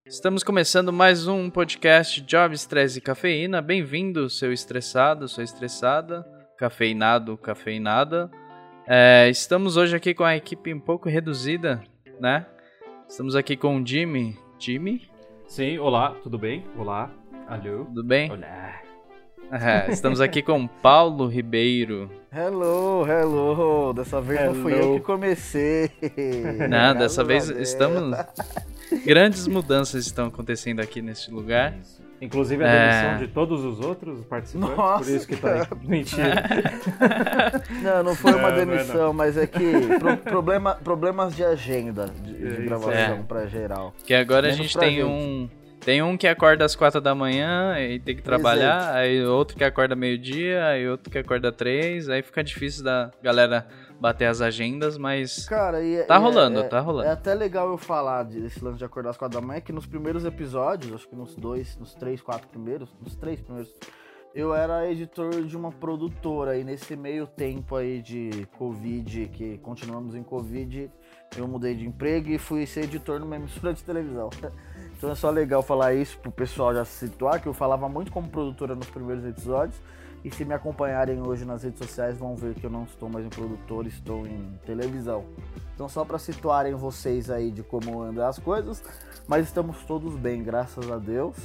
Estamos começando mais um podcast Job, Estresse e Cafeína. Bem-vindo, seu estressado, sua estressada, cafeinado, cafeinada. Estamos hoje aqui com a equipe um pouco reduzida, né? Estamos aqui com o Jimmy. Jimmy? Sim, olá, tudo bem? Olá, alô. Tudo bem? Olá. Estamos aqui com o Paulo Ribeiro. Hello. Dessa vez não fui eu que comecei. Não, dessa vez estamos... Grandes mudanças estão acontecendo aqui neste lugar. Isso. Inclusive a demissão de todos os outros participantes. Nossa. Por isso que tá aí. Mentira. Não foi uma demissão, mas é que problemas de agenda de gravação pra geral. Que agora Menos a gente pra tem um que acorda às 4 da manhã e tem que trabalhar, aí outro que acorda meio-dia, aí outro que acorda 3, aí fica difícil da galera bater as agendas, mas cara, tá rolando. É até legal eu falar desse lance de acordar às 4 da manhã, que nos primeiros episódios, acho que nos 3, 4 primeiros, nos 3 primeiros, eu era editor de uma produtora e nesse meio tempo aí de Covid, que continuamos em Covid, eu mudei de emprego e fui ser editor numa emissora de televisão. Então é só legal falar isso pro pessoal já se situar, que eu falava muito como produtora nos primeiros episódios. E se me acompanharem hoje nas redes sociais, vão ver que eu não estou mais em produtor, estou em televisão. Então só para situarem vocês aí de como andam as coisas, mas estamos todos bem, graças a Deus.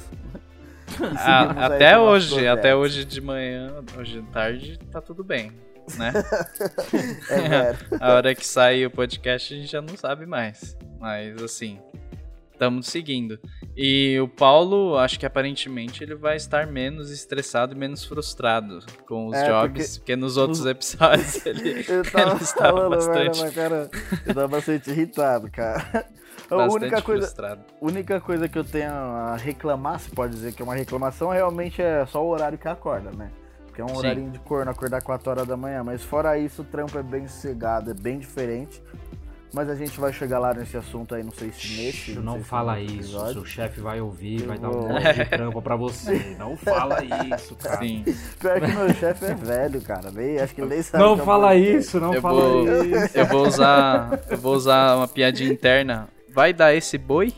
Até hoje de manhã, hoje de tarde, tá tudo bem, né? A hora que sai o podcast a gente já não sabe mais, mas assim... Estamos seguindo. E o Paulo, acho que aparentemente ele vai estar menos estressado e menos frustrado com os jobs, porque nos outros episódios ele estava bastante... eu tava bastante irritado, cara. Bastante frustrado. A única coisa que eu tenho a reclamar, se pode dizer que é uma reclamação, realmente é só o horário que acorda, né? Porque é um horário de corno acordar 4 horas da manhã. Mas fora isso, o trampo é bem sossegado, é bem diferente. Mas a gente vai chegar lá nesse assunto aí, não sei se nesse... Não fala isso, seu chefe vai ouvir, vai dar um monte de trampo pra você. Não fala isso, cara. Sim. Pior que meu chefe é velho, cara. Acho que ele nem sabe. Não fala isso, não fala isso. Eu vou usar uma piadinha interna. Vai dar esse boi?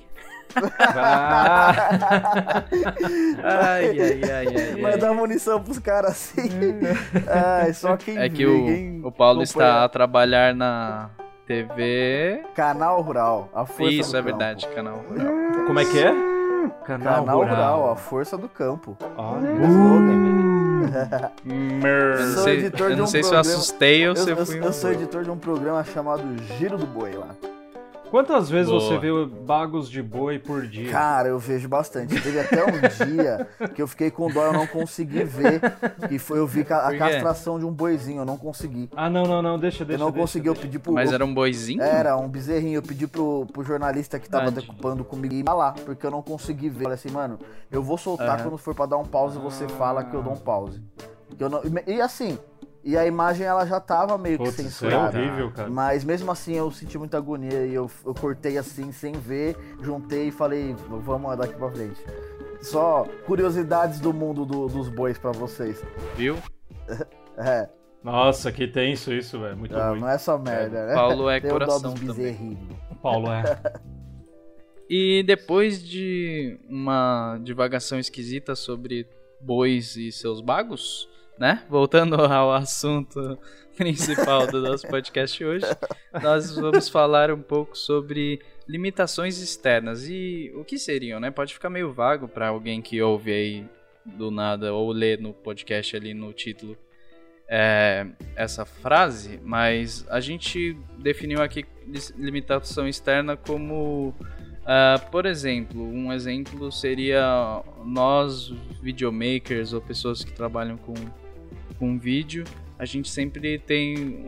Ai. Vai dar munição pros caras assim. Só quem é que o Paulo está a trabalhar na... TV... Canal Rural, a força Isso, do é campo. Verdade, Canal Rural. Como é que é? Canal Rural, a força do campo. Olha, eu não sei se eu assustei ou se eu fui... Eu sou editor de um programa chamado Giro do Boi lá. Quantas vezes você vê bagos de boi por dia? Cara, eu vejo bastante. Teve até um dia que eu fiquei com dó, eu não consegui ver. Eu vi a castração de um boizinho, eu não consegui. Ah, não, deixa. Eu não consegui, eu pedi pro... Mas era um boizinho? Era um bezerrinho, eu pedi pro jornalista que tava decupando comigo ir lá, porque eu não consegui ver. Eu falei assim, mano, eu vou soltar quando for pra dar um pause, você fala que eu dou um pause. E assim... E a imagem, ela já tava meio que censurada. É horrível, cara. Mas mesmo assim, eu senti muita agonia e eu cortei assim, sem ver, juntei e falei, vamos daqui pra frente. Só curiosidades do mundo dos bois pra vocês. Viu? Nossa, que tenso isso, velho. Muito ruim. Não é só merda, né? Paulo é tem coração também. O Paulo é. E depois de uma divagação esquisita sobre bois e seus bagos... Né? Voltando ao assunto principal do nosso podcast hoje, nós vamos falar um pouco sobre limitações externas. E o que seriam, né? Pode ficar meio vago para alguém que ouve aí do nada ou lê no podcast ali no título essa frase, mas a gente definiu aqui limitação externa como... por exemplo, um exemplo seria nós, videomakers ou pessoas que trabalham com vídeo, a gente sempre tem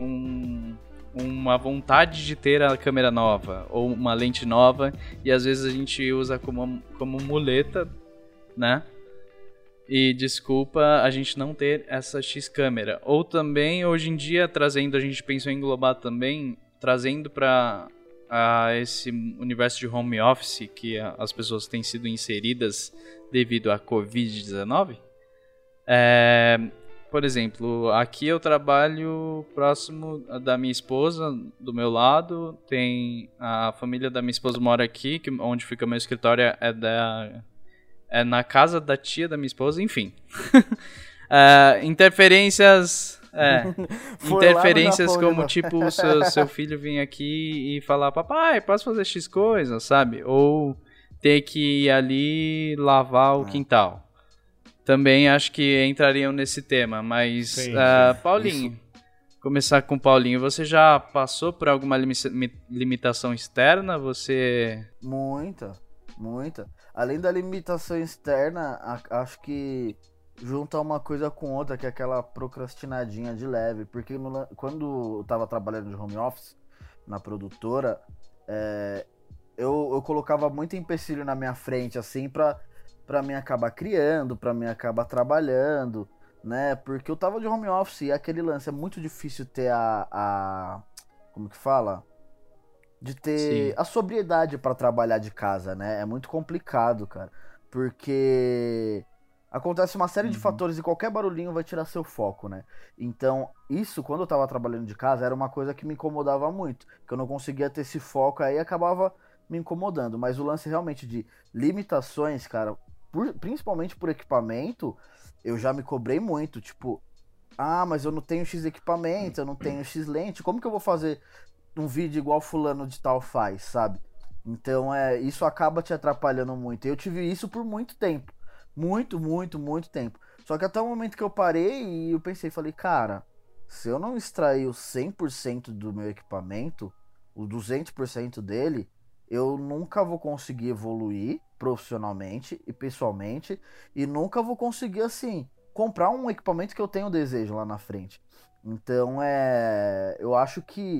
uma vontade de ter a câmera nova ou uma lente nova e às vezes a gente usa como muleta, né? E desculpa a gente não ter essa X câmera. Ou também, hoje em dia, a gente pensou em englobar também, trazendo para esse universo de home office que as pessoas têm sido inseridas devido à Covid-19, por exemplo, aqui eu trabalho próximo da minha esposa, do meu lado, tem a família da minha esposa mora aqui, onde fica meu escritório é na casa da tia da minha esposa, enfim. Interferências interferências Japão, como, tipo, o seu filho vir aqui e falar, papai, posso fazer X coisa, sabe? Ou ter que ir ali lavar o quintal. Também acho que entrariam nesse tema, mas, Sim, Paulinho, isso. Começar com o Paulinho, você já passou por alguma limitação externa? Muita. Além da limitação externa, acho que junta uma coisa com outra, que é aquela procrastinadinha de leve. Porque quando eu tava trabalhando de home office na produtora, eu colocava muito empecilho na minha frente, assim, pra mim acabar criando, pra mim acabar trabalhando, né? Porque eu tava de home office e aquele lance é muito difícil ter como que fala? De ter a sobriedade pra trabalhar de casa, né? É muito complicado, cara. Porque acontece uma série de fatores e qualquer barulhinho vai tirar seu foco, né? Então, isso, quando eu tava trabalhando de casa, era uma coisa que me incomodava muito. Que eu não conseguia ter esse foco, aí acabava me incomodando. Mas o lance realmente de limitações, cara, principalmente por equipamento, eu já me cobrei muito. Tipo, mas eu não tenho X equipamento, eu não tenho X lente, como que eu vou fazer um vídeo igual fulano de tal faz, sabe? Então, isso acaba te atrapalhando muito. Eu tive isso por muito tempo. Muito tempo. Só que até o momento que eu parei e eu falei, cara, se eu não extrair o 100% do meu equipamento, o 200% dele, eu nunca vou conseguir evoluir profissionalmente e pessoalmente e nunca vou conseguir, assim, comprar um equipamento que eu tenho desejo lá na frente. Então, eu acho que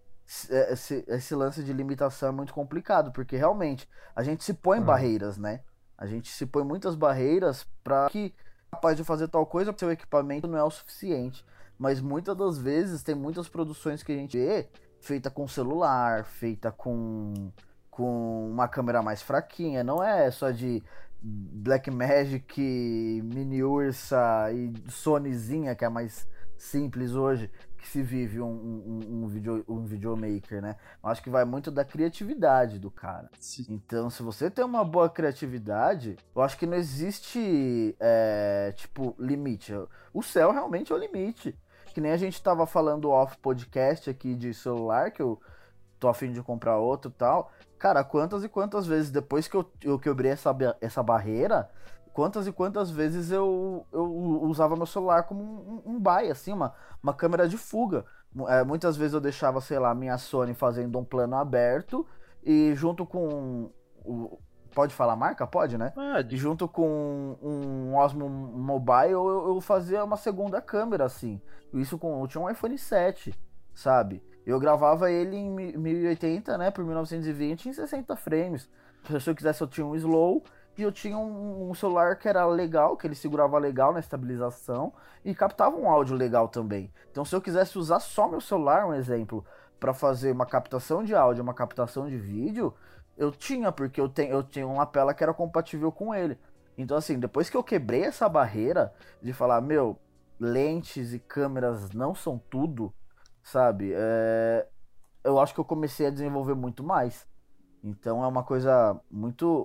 esse lance de limitação é muito complicado, porque realmente a gente se põe barreiras, né? A gente se põe muitas barreiras para que capaz de fazer tal coisa, seu equipamento não é o suficiente. Mas muitas das vezes tem muitas produções que a gente vê feita com celular, feita com uma câmera mais fraquinha, não é só de Blackmagic, Mini Ursa e Sonyzinha, que é mais simples hoje, que se vive um videomaker, né? Eu acho que vai muito da criatividade do cara. Sim. Então, se você tem uma boa criatividade, eu acho que não existe, tipo, limite. O céu realmente é o limite. Que nem a gente tava falando off podcast aqui de celular, que eu tô a fim de comprar outro e tal. Cara, quantas e quantas vezes, depois que eu quebrei essa barreira, quantas e quantas vezes eu usava meu celular como um buy, assim, uma câmera de fuga. Muitas vezes eu deixava, sei lá, minha Sony fazendo um plano aberto e junto com pode falar marca? Pode, né? Pode. E junto com um Osmo Mobile eu fazia uma segunda câmera, assim. Isso eu tinha um iPhone 7, sabe? Eu gravava ele em 1080, né, por 1920 em 60 frames. Se eu quisesse eu tinha um slow e eu tinha um celular que era legal, que ele segurava legal na estabilização e captava um áudio legal também. Então se eu quisesse usar só meu celular, um exemplo, para fazer uma captação de áudio, uma captação de vídeo, eu tinha, porque eu tinha uma lapela que era compatível com ele. Então assim, depois que eu quebrei essa barreira de falar, lentes e câmeras não são tudo, sabe? Eu acho que eu comecei a desenvolver muito mais. Então é uma coisa muito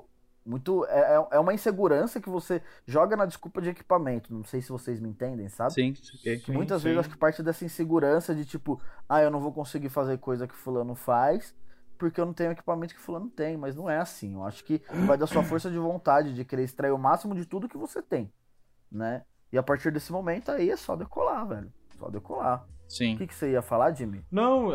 é uma insegurança que você joga na desculpa de equipamento. Não sei se vocês me entendem, sabe? Sim, ok. Que muitas vezes eu acho que parte dessa insegurança de tipo, eu não vou conseguir fazer coisa que fulano faz porque eu não tenho equipamento que fulano tem, mas não é assim. Eu acho que vai da sua força de vontade de querer extrair o máximo de tudo que você tem, né? E a partir desse momento aí é só decolar, velho. Só decolar. Sim. O que você ia falar, Jimmy? Não,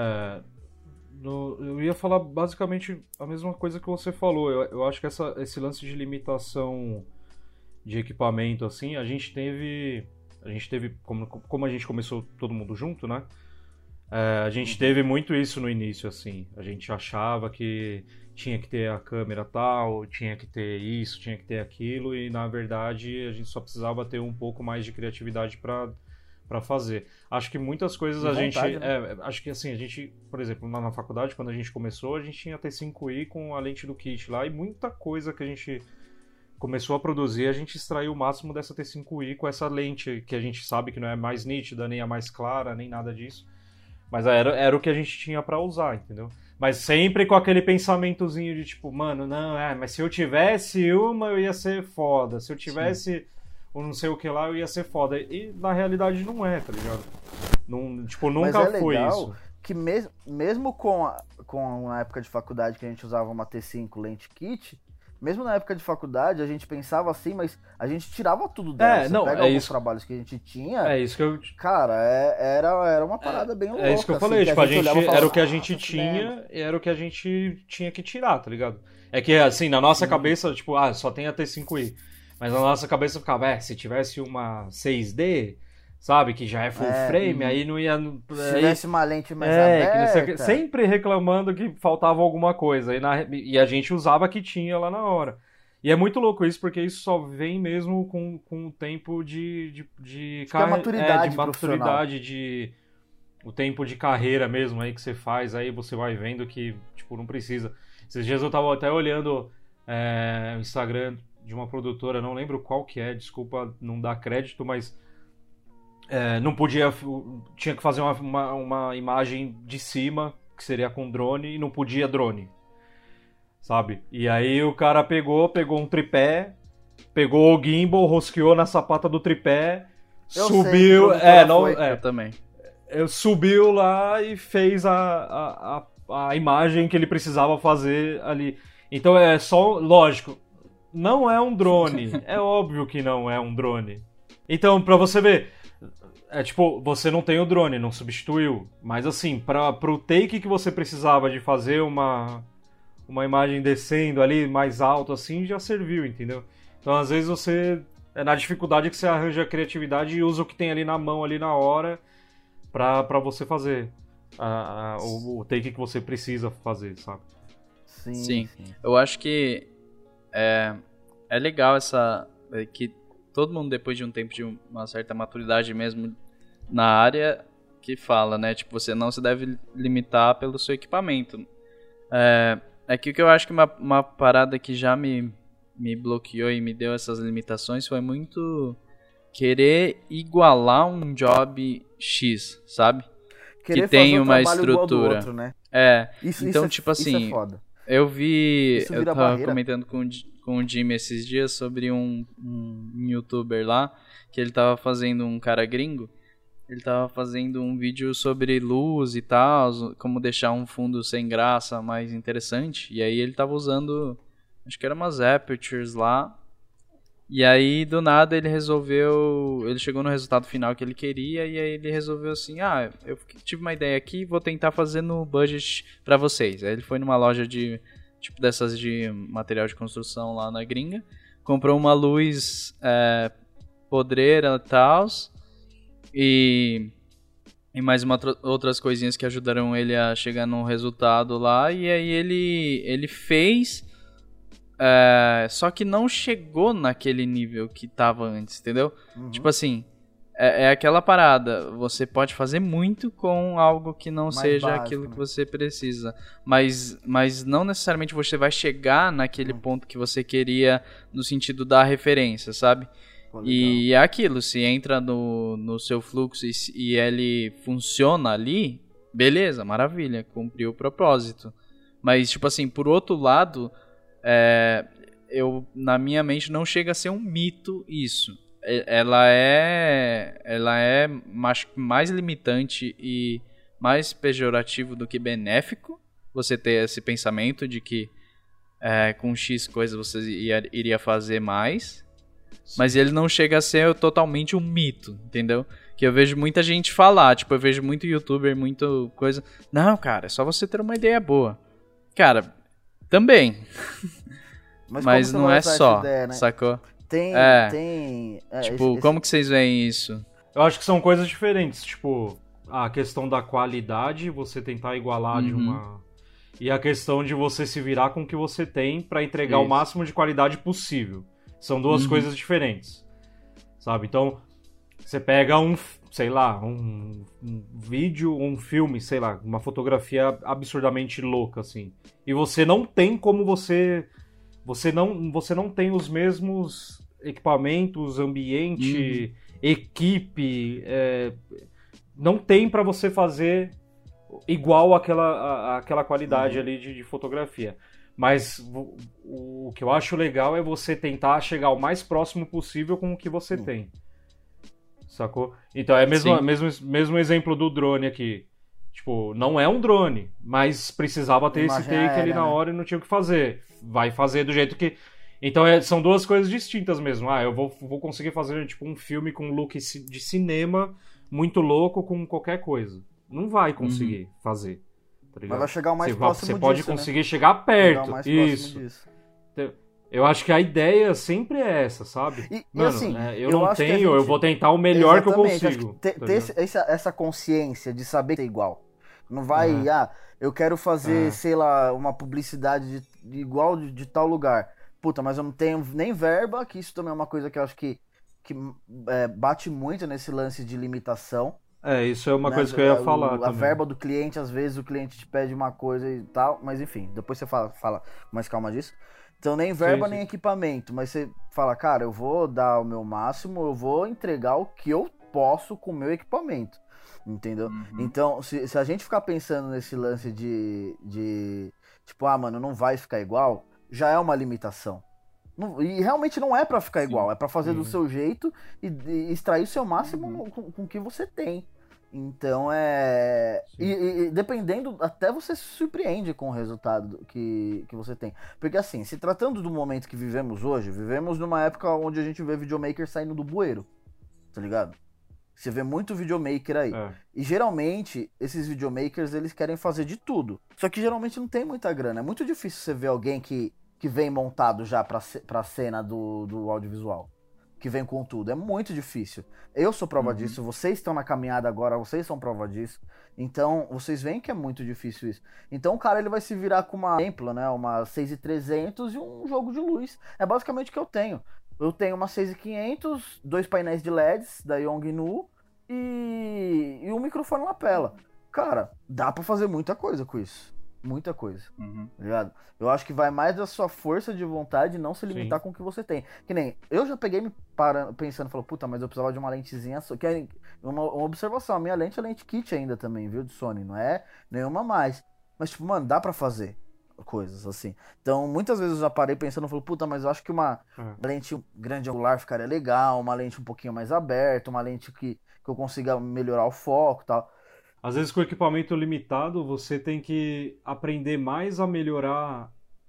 eu ia falar basicamente a mesma coisa que você falou. Eu acho que esse lance de limitação de equipamento, assim, a gente teve como a gente começou todo mundo junto, né? A gente teve muito isso no início, assim. A gente achava que tinha que ter a câmera tal, tinha que ter isso, tinha que ter aquilo, e na verdade a gente só precisava ter um pouco mais de criatividade para fazer. Acho que muitas coisas De a vontade, gente... né? acho que assim, a gente, por exemplo, na faculdade, quando a gente começou, a gente tinha T5i com a lente do kit lá, e muita coisa que a gente começou a produzir, a gente extraiu o máximo dessa T5i com essa lente que a gente sabe que não é mais nítida, nem a mais clara, nem nada disso. Mas era o que a gente tinha pra usar, entendeu? Mas sempre com aquele pensamentozinho de tipo, mano, não, mas se eu tivesse uma, eu ia ser foda. Se eu tivesse um não sei o que lá, eu ia ser foda. E na realidade não é, tá ligado? Não, tipo, nunca foi isso. Que mesmo com a época de faculdade que a gente usava uma T5 lente kit, mesmo na época de faculdade a gente pensava assim, mas a gente tirava tudo dela. Você pega alguns trabalhos que a gente tinha. É isso que eu. Cara, era uma parada bem louca. É isso que eu falei, assim, tipo, a gente falava, era o que a gente tinha e era o que a gente tinha que tirar, tá ligado? É que assim, na nossa cabeça, tipo, só tem a T5i. Mas na nossa cabeça ficava, se tivesse uma 6D, sabe, que já é full frame, aí não ia... Se tivesse uma lente mais aberta... Sempre reclamando que faltava alguma coisa, e a gente usava que tinha lá na hora. E é muito louco isso, porque isso só vem mesmo com o tempo de maturidade, o tempo de carreira mesmo aí que você faz, aí você vai vendo que, tipo, não precisa. Esses dias eu tava até olhando o Instagram de uma produtora, não lembro qual que é, desculpa não dar crédito, mas não podia, tinha que fazer uma imagem de cima, que seria com drone, e não podia drone, sabe? E aí o cara pegou um tripé, pegou o gimbal, rosqueou na sapata do tripé, subiu... Eu também. Subiu lá e fez a imagem que ele precisava fazer ali. Então é só... Lógico, não é um drone. É óbvio que não é um drone. Então, pra você ver... tipo, você não tem o drone, não substituiu. Mas assim, pro take que você precisava de fazer uma imagem descendo ali, mais alto assim, já serviu, entendeu? Então, às vezes você... É na dificuldade que você arranja a criatividade e usa o que tem ali na mão, ali na hora, pra você fazer o take que você precisa fazer, sabe? Sim. Eu acho que é legal que todo mundo, depois de um tempo de uma certa maturidade mesmo na área, que fala, né? Tipo, você não se deve limitar pelo seu equipamento. É que o que eu acho que uma parada que já me bloqueou e me deu essas limitações foi muito querer igualar um job X, sabe? Que tem uma estrutura. Outro, né? Então, tipo assim, isso é foda. Eu tava comentando com o Jimmy esses dias sobre um youtuber lá, que ele tava fazendo, um cara gringo, ele tava fazendo um vídeo sobre luz e tal, como deixar um fundo sem graça mais interessante, e aí ele tava usando, acho que eram umas apertures lá, e aí do nada ele chegou no resultado final que ele queria, e aí ele resolveu assim, eu tive uma ideia aqui, vou tentar fazer no budget pra vocês. Aí ele foi numa loja tipo dessas de material de construção lá na gringa, comprou uma luz podreira e tal, e mais outras coisinhas que ajudaram ele a chegar num resultado lá, e aí ele fez... só que não chegou naquele nível que tava antes, entendeu? Uhum. Tipo assim, é aquela parada, você pode fazer muito com algo que não seja básico, aquilo que você precisa, mas não necessariamente você vai chegar naquele ponto que você queria no sentido da referência, sabe? E é aquilo, se entra no seu fluxo e ele funciona ali, beleza, maravilha, cumpriu o propósito. Mas, tipo assim, por outro lado... na minha mente não chega a ser um mito isso. Ela é mais limitante e mais pejorativo do que benéfico você ter esse pensamento de que com X coisas você iria fazer mais. Sim. Mas ele não chega a ser totalmente um mito, entendeu? Que eu vejo muita gente falar, tipo, eu vejo muito youtuber, muita coisa... Não, cara, é só você ter uma ideia boa. Cara... Também. Mas não é só, ideia, né? Sacou? Como que vocês veem isso? Eu acho que são coisas diferentes. Tipo, a questão da qualidade, você tentar igualar de uma... E a questão de você se virar com o que você tem pra entregar o máximo de qualidade possível. São duas coisas diferentes. Sabe? Então, você pega um vídeo, um filme, sei lá, uma fotografia absurdamente louca, assim. E você não tem como você você não tem os mesmos equipamentos, ambiente, equipe, não tem para você fazer igual aquela qualidade ali de fotografia. Mas o que eu acho legal é você tentar chegar o mais próximo possível com o que você tem. Sacou? Então é mesmo exemplo do drone aqui. Tipo, não é um drone, mas precisava ter esse take ali na hora e não tinha o que fazer. Vai fazer do jeito que... Então são duas coisas distintas mesmo. Eu vou conseguir fazer tipo um filme com look de cinema muito louco com qualquer coisa. Não vai conseguir fazer. Tá ligado? Mas vai chegar o mais próximo disso, você pode conseguir chegar perto. Isso. Eu acho que a ideia sempre é essa, sabe? Mano, assim, eu não tenho, eu vou tentar o melhor que eu consigo. Ter essa consciência de saber que é igual. Não vai, eu quero fazer, sei lá, uma publicidade igual de tal lugar. Puta, mas eu não tenho nem verba, que isso também é uma coisa que eu acho que bate muito nesse lance de limitação. Isso é uma coisa que eu ia falar também. A verba do cliente, às vezes o cliente te pede uma coisa e tal, mas enfim, depois você fala com mais calma disso. Então nem verba, nem equipamento, mas você fala, cara, eu vou dar o meu máximo, eu vou entregar o que eu posso com o meu equipamento, entendeu? Então, se a gente ficar pensando nesse lance de tipo, mano, não vai ficar igual, já é uma limitação. E realmente não é pra ficar igual, é pra fazer do seu jeito e extrair o seu máximo com o que você tem. Então e dependendo, até você se surpreende com o resultado que você tem. Porque assim, se tratando do momento que vivemos hoje, vivemos numa época onde a gente vê videomaker saindo do bueiro, tá ligado? Você vê muito videomaker aí. E geralmente, esses videomakers, eles querem fazer de tudo. Só que geralmente não tem muita grana. É muito difícil você ver alguém que vem montado já pra cena do audiovisual. Que vem com tudo. É muito difícil. Eu sou prova disso. Vocês estão na caminhada agora. Vocês são prova disso. Então, vocês veem que é muito difícil isso. Então, o cara, ele vai se virar com uma templa, né? Uma 6300 e um jogo de luz. É basicamente o que eu tenho. Eu tenho uma 6500, 2 painéis de LEDs da Yongnuo e um microfone lapela. Cara, dá pra fazer muita coisa com isso. Muita coisa, ligado? Eu acho que vai mais da sua força de vontade não se limitar com o que você tem. Que nem, eu já peguei me pensando, falou, puta, mas eu precisava de uma lentezinha, que é uma observação, a minha lente é lente kit ainda também, viu, de Sony, não é nenhuma mais. Mas tipo, mano, dá pra fazer coisas assim. Então, muitas vezes eu já parei pensando, falei, puta, mas eu acho que uma lente grande angular ficaria legal, uma lente um pouquinho mais aberta, uma lente que eu consiga melhorar o foco e tal. Às vezes com equipamento limitado, você tem que aprender mais a melhorar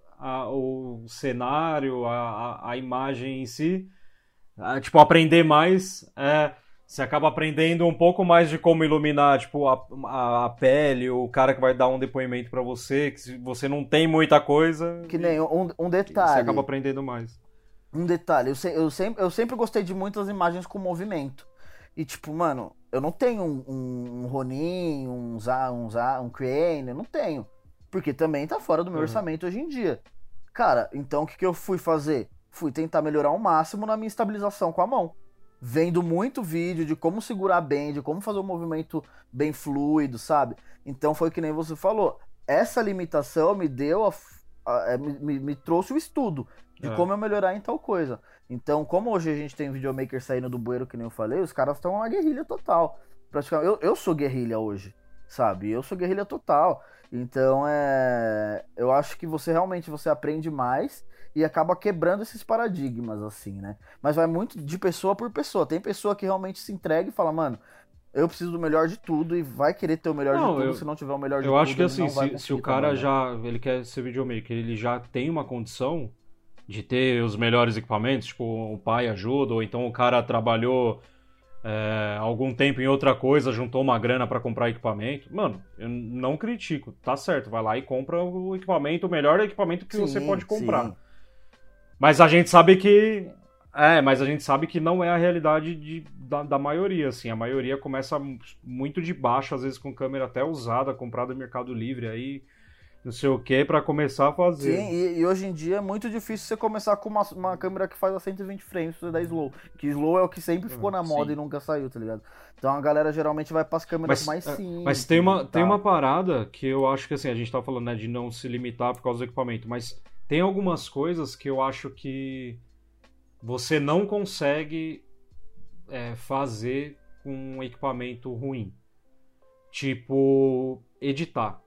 o cenário, a imagem em si. Tipo, aprender mais. Você acaba aprendendo um pouco mais de como iluminar tipo, a pele, o cara que vai dar um depoimento pra você, que se você não tem muita coisa... Que nem um detalhe. Você acaba aprendendo mais. Um detalhe, eu sempre gostei de muitas imagens com movimento. E tipo, mano, eu não tenho um Ronin, um Crane, eu não tenho. Porque também tá fora do meu orçamento hoje em dia. Cara, então o que eu fui fazer? Fui tentar melhorar ao máximo na minha estabilização com a mão. Vendo muito vídeo de como segurar bem, de como fazer um movimento bem fluido, sabe? Então foi que nem você falou. Essa limitação me deu me trouxe o estudo de como eu melhorar em tal coisa. Então, como hoje a gente tem videomaker saindo do bueiro, que nem eu falei, os caras estão na guerrilha total. Praticamente, eu sou guerrilha hoje, sabe? Eu sou guerrilha total. Então, eu acho que você aprende mais e acaba quebrando esses paradigmas, assim, né? Mas vai muito de pessoa por pessoa. Tem pessoa que realmente se entrega e fala, mano, eu preciso do melhor de tudo e vai querer ter o melhor de tudo. Se não tiver o melhor de tudo, eu acho que assim, se o cara ele quer ser videomaker, ele já tem uma condição de ter os melhores equipamentos, tipo, o pai ajuda, ou então o cara trabalhou algum tempo em outra coisa, juntou uma grana pra comprar equipamento. Mano, eu não critico, tá certo, vai lá e compra o equipamento, o melhor equipamento que você pode comprar. Sim. Mas a gente sabe que não é a realidade da maioria, assim. A maioria começa muito de baixo, às vezes com câmera até usada, comprada no Mercado Livre, aí não sei o que, pra começar a fazer. Sim, e hoje em dia é muito difícil você começar com uma câmera que faz a 120 frames pra você dar slow. Que slow é o que sempre ficou na moda e nunca saiu, tá ligado? Então a galera geralmente vai pras câmeras mais simples. Mas tem uma parada que eu acho que assim, a gente tá falando, né, de não se limitar por causa do equipamento, mas tem algumas coisas que eu acho que você não consegue fazer com um equipamento ruim. Tipo, editar.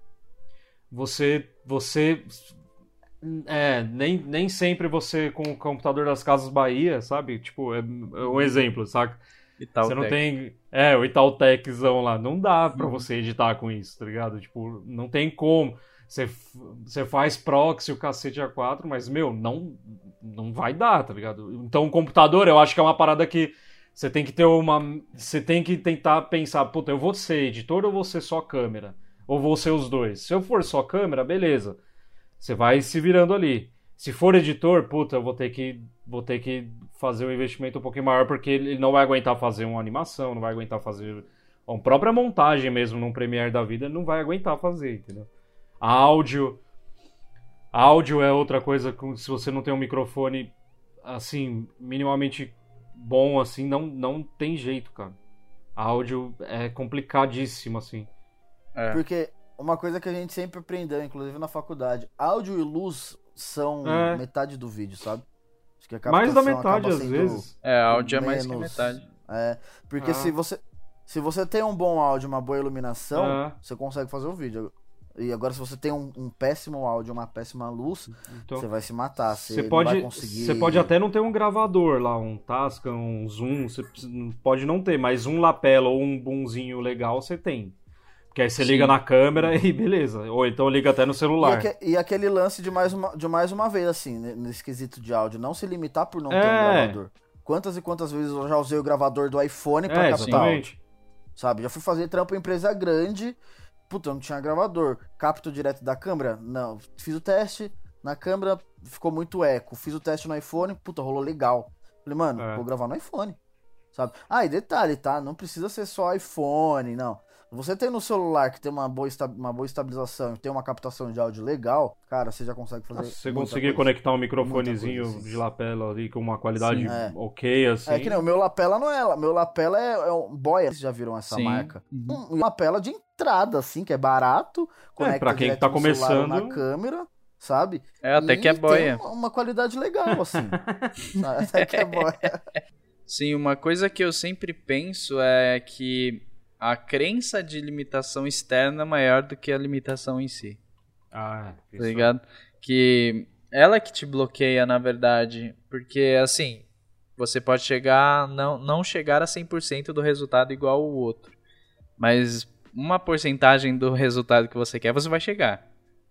Nem sempre você, com o computador das Casas Bahia, sabe? Tipo, é um exemplo, saca? Você não tem... o Itauteczão lá. Não dá pra você editar com isso, tá ligado? Tipo, não tem como. Você faz proxy, o cacete A4, mas, não vai dar, tá ligado? Então, o computador, eu acho que é uma parada que você tem que ter você tem que tentar pensar, puta, eu vou ser editor ou vou ser só câmera? Ou vou ser os dois? Se eu for só câmera, beleza. Você vai se virando ali. Se for editor, puta, eu vou ter que fazer um investimento um pouquinho maior, porque ele não vai aguentar fazer uma animação, não vai aguentar fazer uma própria montagem mesmo num Premiere da vida, não vai aguentar fazer, entendeu? Áudio é outra coisa, se você não tem um microfone, assim, minimamente bom, assim, não tem jeito, cara. Áudio é complicadíssimo, assim. Porque uma coisa que a gente sempre aprendeu, inclusive na faculdade, áudio e luz são metade do vídeo, sabe? Acho que a mais da metade, às vezes. Áudio é mais que metade. Porque se você tem um bom áudio, uma boa iluminação, você consegue fazer o vídeo. E agora, se você tem um péssimo áudio, uma péssima luz, então, você vai se matar. Você vai conseguir... Você pode até não ter um gravador lá, um Tascam, um Zoom, você pode não ter, mas um lapela ou um boomzinho legal você tem. Porque aí você liga na câmera e beleza. Ou então liga até no celular. E aquele lance de mais uma vez, assim, nesse quesito de áudio, não se limitar por não ter um gravador. Quantas e quantas vezes eu já usei o gravador do iPhone pra captar áudio? Sabe? Já fui fazer trampo em empresa grande... Puta, eu não tinha gravador. Capto direto da câmera? Não. Fiz o teste na câmera, ficou muito eco. Fiz o teste no iPhone, puta, rolou legal. Falei, mano, vou gravar no iPhone. Sabe? E detalhe, tá? Não precisa ser só iPhone, não. Você tem no celular que tem uma boa estabilização e tem uma captação de áudio legal, cara, você já consegue fazer. Se você conseguir conectar um microfonezinho de lapela ali com uma qualidade ok, assim. É que nem o meu lapela não é. Meu lapela é um Boya. Vocês já viram essa marca? Uma lapela de entrada, assim, que é barato. Conecta pra quem tá começando na câmera, sabe? Até que é Boya. Tem uma qualidade legal, assim. Até que é Boya. Sim, uma coisa que eu sempre penso é que a crença de limitação externa é maior do que a limitação em si. Tá ligado? Que ela que te bloqueia, na verdade. Porque, assim, você pode não chegar a 100% do resultado igual o outro. Mas uma porcentagem do resultado que você quer, você vai chegar.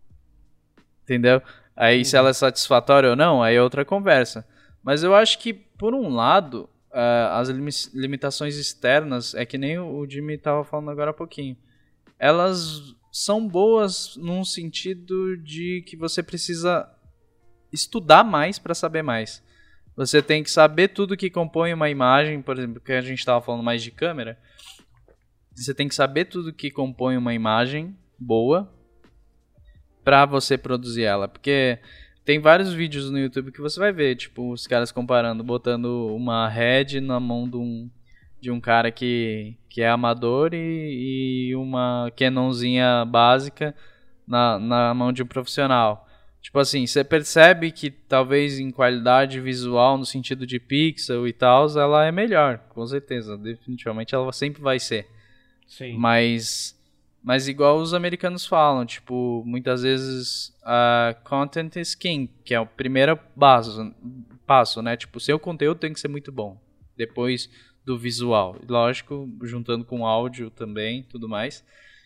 Entendeu? Aí, se ela é satisfatória ou não, aí é outra conversa. Mas eu acho que, por um lado... as limitações externas, é que nem o Jimmy estava falando agora há pouquinho, elas são boas num sentido de que você precisa estudar mais para saber mais. Você tem que saber tudo que compõe uma imagem, por exemplo, que a gente estava falando mais de câmera. Você tem que saber tudo que compõe uma imagem boa para você produzir ela, porque tem vários vídeos no YouTube que você vai ver, tipo, os caras comparando, botando uma Red na mão de um cara que é amador e uma Canonzinha básica na mão de um profissional. Tipo assim, você percebe que talvez em qualidade visual, no sentido de pixel e tal, ela é melhor, com certeza, definitivamente ela sempre vai ser. Sim. Mas igual os americanos falam, tipo, muitas vezes content is king, que é o primeiro passo, né? Tipo, seu conteúdo tem que ser muito bom. Depois do visual. Lógico, juntando com áudio também, tudo mais.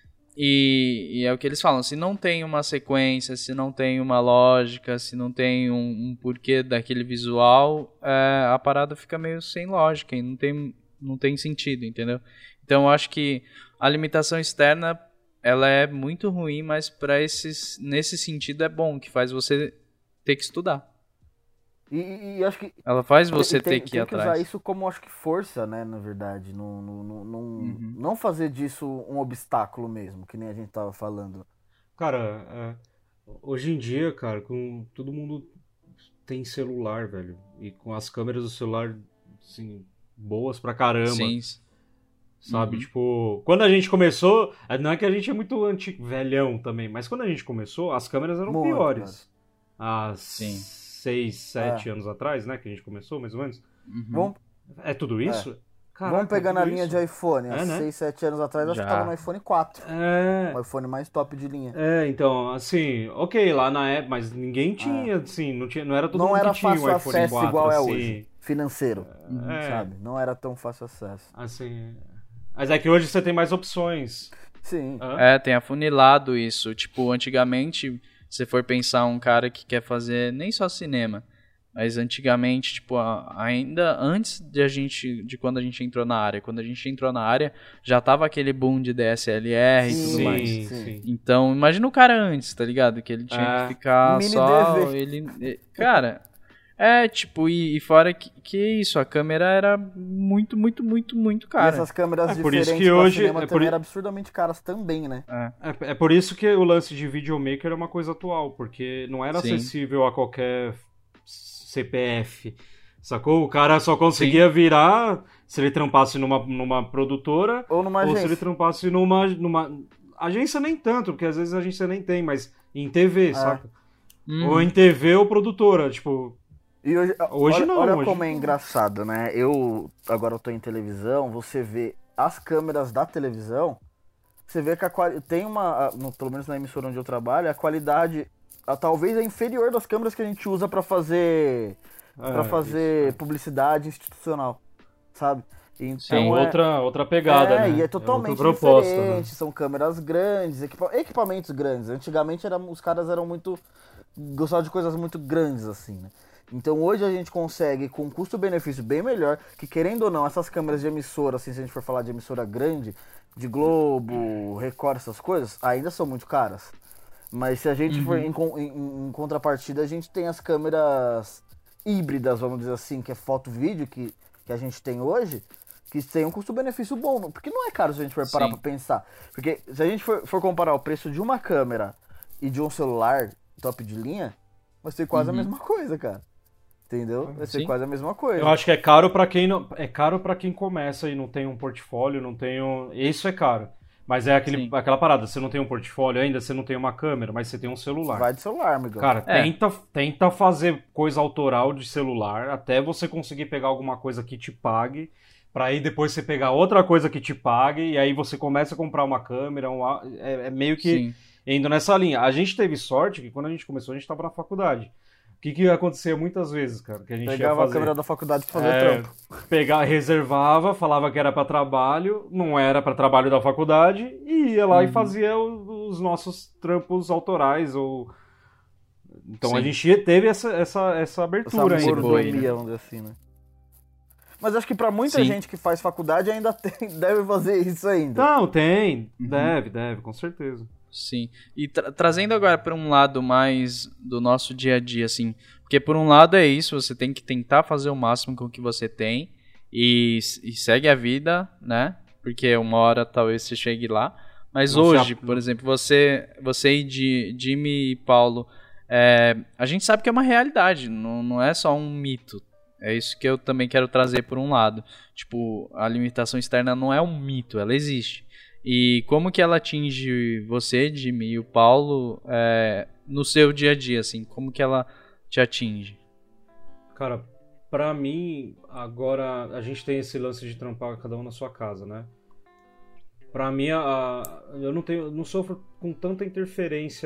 E é o que eles falam, se não tem uma sequência, se não tem uma lógica, se não tem um porquê daquele visual, a parada fica meio sem lógica e não tem sentido, entendeu? Então eu acho que a limitação externa ela é muito ruim, mas nesse sentido é bom, que faz você ter que estudar. E acho que ela faz você ter que ir atrás. Tem que usar isso como, acho que, força, né, na verdade. Não fazer disso um obstáculo mesmo, que nem a gente tava falando. Cara, hoje em dia, cara, todo mundo tem celular, velho. E com as câmeras do celular, assim, boas pra caramba. Sim. Sabe, tipo, quando a gente começou, não é que a gente é muito velhão também, mas quando a gente começou, as câmeras eram piores. há Sim. 6, 7 anos atrás, né? Que a gente começou, mais ou menos. Vamos, É tudo isso? Caraca, vamos pegar é tudo na linha isso? de iPhone. Há né? 6, 7 anos atrás, acho Já. que tava no iPhone 4. É, O iPhone mais top de linha. então, assim, ok, lá na época, mas ninguém tinha, assim, não era todo Não mundo era que tinha fácil um iPhone acesso 4, igual é assim, hoje. Financeiro, É. sabe? Não era tão fácil acesso. assim... Mas é que hoje você tem mais opções. Sim. Tem afunilado isso. Tipo, antigamente, se você for pensar um cara que quer fazer nem só cinema, mas antigamente, tipo, ainda antes de quando a gente entrou na área. Quando a gente entrou na área, já tava aquele boom de DSLR e tudo Sim, mais. Sim. Então, imagina o cara antes, tá ligado? Que ele tinha que ficar Mini só... DV. Cara, tipo, e fora que isso, a câmera era muito, muito, muito, muito E cara. essas câmeras por isso diferentes que pra hoje- cinema é por também i- eram absurdamente caras também, né? É por isso que o lance de videomaker é uma coisa atual, porque não era Sim. acessível a qualquer CPF, sacou? O cara só conseguia virar se ele trampasse numa produtora Ou numa ou se agência. ele trampasse numa... Agência nem tanto, porque às vezes a agência nem tem, mas em TV, saca? Ou em TV ou produtora, tipo... E hoje, Hoje olha, não, olha hoje como é não. engraçado, né? Agora eu tô em televisão, você vê as câmeras da televisão, você vê que tem pelo menos na emissora onde eu trabalho, a qualidade talvez é inferior das câmeras que a gente usa pra fazer publicidade institucional, sabe? Então Sim, outra pegada, né? E é totalmente outra proposta, diferente, né? são câmeras grandes, equipamentos grandes. Antigamente os caras eram gostavam de coisas muito grandes, assim, né? Então hoje a gente consegue, com um custo-benefício bem melhor, que querendo ou não, essas câmeras de emissora, assim, se a gente for falar de emissora grande, de Globo, Record, essas coisas, ainda são muito caras. Mas se a gente for em contrapartida, a gente tem as câmeras híbridas, vamos dizer assim, que é foto-vídeo, que a gente tem hoje, que tem um custo-benefício bom, porque não é caro se a gente for parar Sim. pra pensar. Porque se a gente for comparar o preço de uma câmera e de um celular top de linha, vai ser quase a mesma coisa, cara. Entendeu? Vai ser Sim. quase a mesma coisa. Eu acho que é caro pra quem não, é caro para quem começa e não tem um portfólio, não tem isso é caro. Mas é Sim. aquela parada, você não tem um portfólio ainda, você não tem uma câmera, mas você tem um celular. Vai de celular, amigão. Cara, É. tenta fazer coisa autoral de celular até você conseguir pegar alguma coisa que te pague, pra aí depois você pegar outra coisa que te pague e aí você começa a comprar uma câmera, é meio que Sim. indo nessa linha. A gente teve sorte que quando a gente começou a gente tava na faculdade. O que acontecia muitas vezes, cara? Que a gente ia Pegava fazer. a câmera da faculdade pra fazer trampo. Reservava, falava que era pra trabalho, não era pra trabalho da faculdade, e ia lá e fazia os nossos trampos autorais. Então a Sim. gente teve essa abertura Essa ainda. mordomia, vamos dizer assim, né? Mas acho que pra muita Sim. gente que faz faculdade ainda deve fazer isso ainda. Não, tem. Deve, com certeza. Sim. E trazendo agora para um lado mais do nosso dia a dia, assim. Porque por um lado é isso, você tem que tentar fazer o máximo com o que você tem e segue a vida, né? Porque uma hora talvez você chegue lá. Mas Não hoje, por exemplo, você e Jimmy e Paulo, a gente sabe que é uma realidade, não é só um mito. É isso que eu também quero trazer por um lado. Tipo, a limitação externa não é um mito, ela existe. E como que ela atinge você, Jimmy, e o Paulo no seu dia a dia, assim? Como que ela te atinge? Cara, pra mim, agora a gente tem esse lance de trampar cada um na sua casa, né? Pra mim, eu não sofro com tanta interferência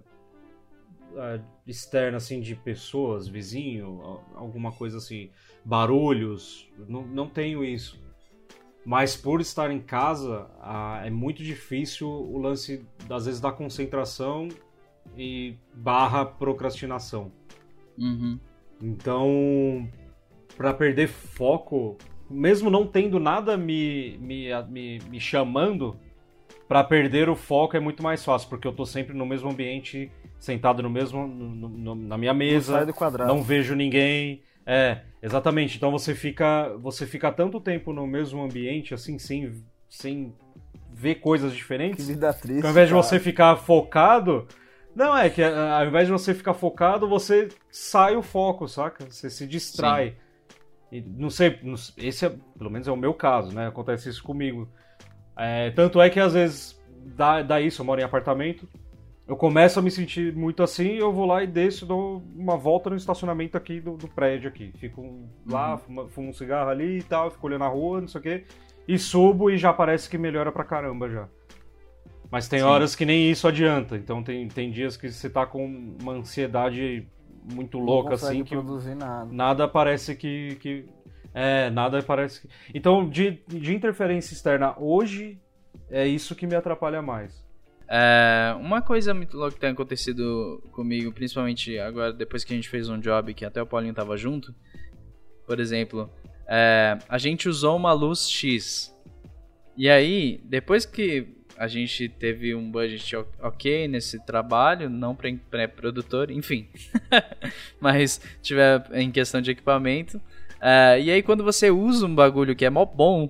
externa, assim, de pessoas, vizinho, alguma coisa assim, barulhos, não tenho isso. Mas por estar em casa, é muito difícil o lance, às vezes, da concentração e / procrastinação. Uhum. Então, pra perder foco, mesmo não tendo nada me chamando, pra perder o foco é muito mais fácil, porque eu tô sempre no mesmo ambiente, sentado na minha mesa, Não sai do quadrado. não vejo ninguém. Exatamente. Então você fica tanto tempo no mesmo ambiente, assim, sem ver coisas diferentes, Que vida triste. que ao invés de cara. você ficar focado... Não, é que ao invés de você ficar focado, você sai o foco, saca? Você se distrai. E não sei, esse pelo menos é o meu caso, né? Acontece isso comigo. Tanto é que às vezes dá isso, eu moro em apartamento, eu começo a me sentir muito assim, eu vou lá e desço, dou uma volta no estacionamento aqui do prédio aqui. Fico lá, fumo um cigarro ali e tal, fico olhando a rua, não sei o quê. E subo e já parece que melhora pra caramba já. Mas tem horas que nem isso adianta. Então tem dias que você tá com uma ansiedade muito louca, assim, que nada parece que... nada parece que... Então, de interferência externa hoje, é isso que me atrapalha mais. Uma coisa muito louca que tem acontecido comigo, principalmente agora, depois que a gente fez um job que até o Paulinho tava junto, por exemplo, a gente usou uma luz X. E aí, depois que a gente teve um budget ok nesse trabalho, não pré-produtor, enfim, mas tiver em questão de equipamento. E aí quando você usa um bagulho que é mó bom,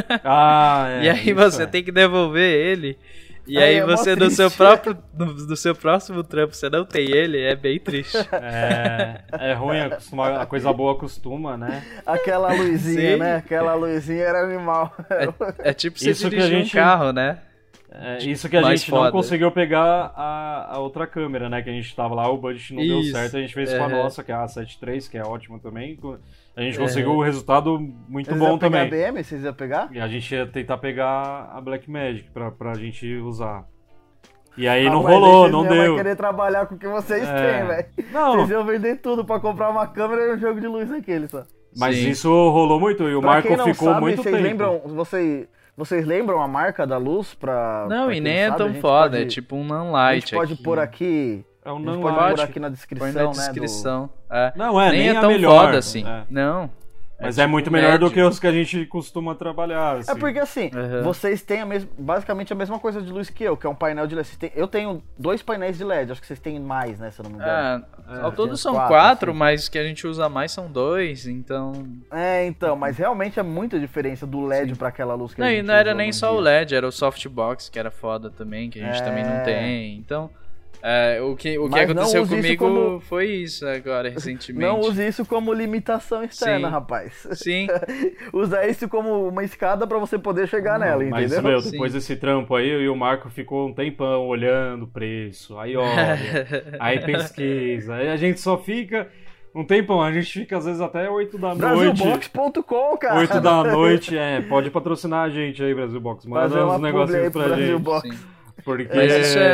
e aí você tem que devolver ele, e aí você do seu próximo trampo você não tem ele, é bem triste. É ruim, a coisa boa acostuma, né? Aquela luzinha, né? Aquela luzinha era animal. É tipo você dirigir um carro, né? Isso que a gente não conseguiu pegar a outra câmera, né? Que a gente tava lá, o budget não deu certo, a gente fez com a nossa, que é a 7.3, que é ótima também. A gente conseguiu um resultado muito bom também. Vocês iam pegar? E a gente ia tentar pegar a Blackmagic pra gente usar. E aí não rolou, não deu. Vocês iam querer trabalhar com o que vocês têm, velho. Vocês iam vender tudo pra comprar uma câmera e um jogo de luz aquele só. Mas isso rolou muito, e o Marco ficou muito tempo. Vocês lembram a marca da luz pra... Não, e nem é tão foda, é tipo um Nanlite. A gente pode pôr aqui... É um Nanlite. Pode pôr aqui na descrição, põe na descrição. Não, nem é tão melhor, foda assim. Não. Mas é muito melhor do que os que a gente costuma trabalhar. Assim. É porque assim, vocês têm basicamente a mesma coisa de luz que eu, que é um painel de LED. Eu tenho 2 painéis de LED, acho que vocês têm mais, né, se eu não me engano. Ao todo são 4, assim. Mas que a gente usa mais são 2, então... então, mas realmente é muita diferença do LED pra aquela luz que a gente não era nem só o LED, era o softbox, que era foda também, que a gente também não tem, então... o que aconteceu comigo foi isso agora, recentemente. Não use isso como limitação externa, rapaz. Sim. Usa isso como uma escada pra você poder chegar nela, entendeu? Mas, depois desse trampo aí, eu e o Marco ficou um tempão olhando o preço, aí olha, aí pesquisa, aí a gente só fica... Um tempão, a gente fica às vezes até 8 da noite. Brasilbox.com, cara. 8 da noite, pode patrocinar a gente aí, Brasilbox. Manda uns negocinhos pra gente. Porque... Mas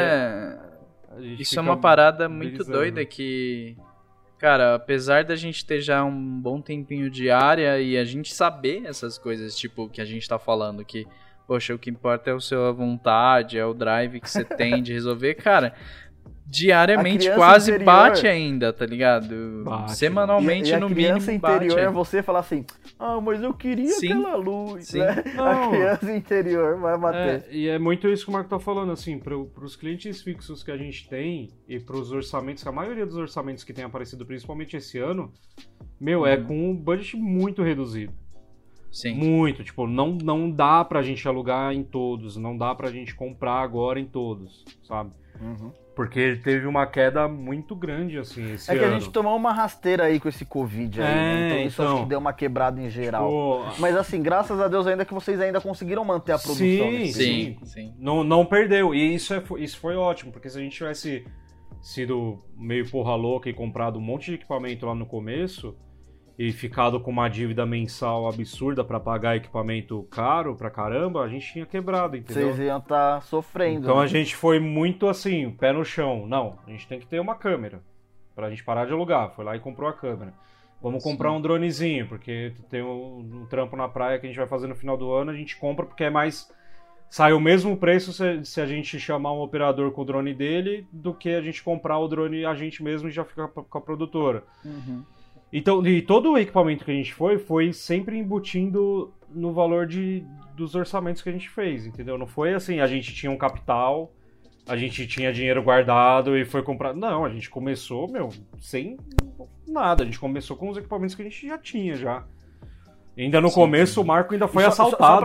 isso é uma parada muito doida que, cara, apesar da gente ter já um bom tempinho de área e a gente saber essas coisas, tipo, que a gente tá falando, que, poxa, o que importa é a sua vontade, é o drive que você tem de resolver, cara, diariamente quase interior... bate ainda, tá ligado? Semanalmente, no mínimo, bate. A criança interior é você falar assim, mas eu queria aquela luz, né? A criança interior vai bater. E é muito isso que o Marco tá falando, assim, pros clientes fixos que a gente tem e pros orçamentos, a maioria dos orçamentos que tem aparecido, principalmente esse ano, é com um budget muito reduzido. Sim. Muito, tipo, não dá pra gente alugar em todos, não dá pra gente comprar agora em todos, sabe? Porque ele teve uma queda muito grande, assim, esse ano. É que a gente tomou uma rasteira aí com esse Covid aí, né? Então isso acho que deu uma quebrada em geral. Mas assim, graças a Deus ainda que vocês ainda conseguiram manter a produção. Sim. Não perdeu. E isso foi ótimo, porque se a gente tivesse sido meio porra louca e comprado um monte de equipamento lá no começo e ficado com uma dívida mensal absurda pra pagar equipamento caro pra caramba, a gente tinha quebrado, entendeu? Vocês iam estar sofrendo. Então a gente foi muito assim, pé no chão. Não, a gente tem que ter uma câmera pra gente parar de alugar. Foi lá e comprou a câmera. Vamos comprar um dronezinho, porque tem um trampo na praia que a gente vai fazer no final do ano, a gente compra porque é mais... Sai o mesmo preço se a gente chamar um operador com o drone dele do que a gente comprar o drone a gente mesmo e já ficar com a produtora. Então, e todo o equipamento que a gente foi sempre embutindo no valor dos orçamentos que a gente fez, entendeu? Não foi assim, a gente tinha um capital, a gente tinha dinheiro guardado e foi comprar... Não, a gente começou, sem nada. A gente começou com os equipamentos que a gente já tinha, já. Ainda no começo, o Marco ainda foi assaltado,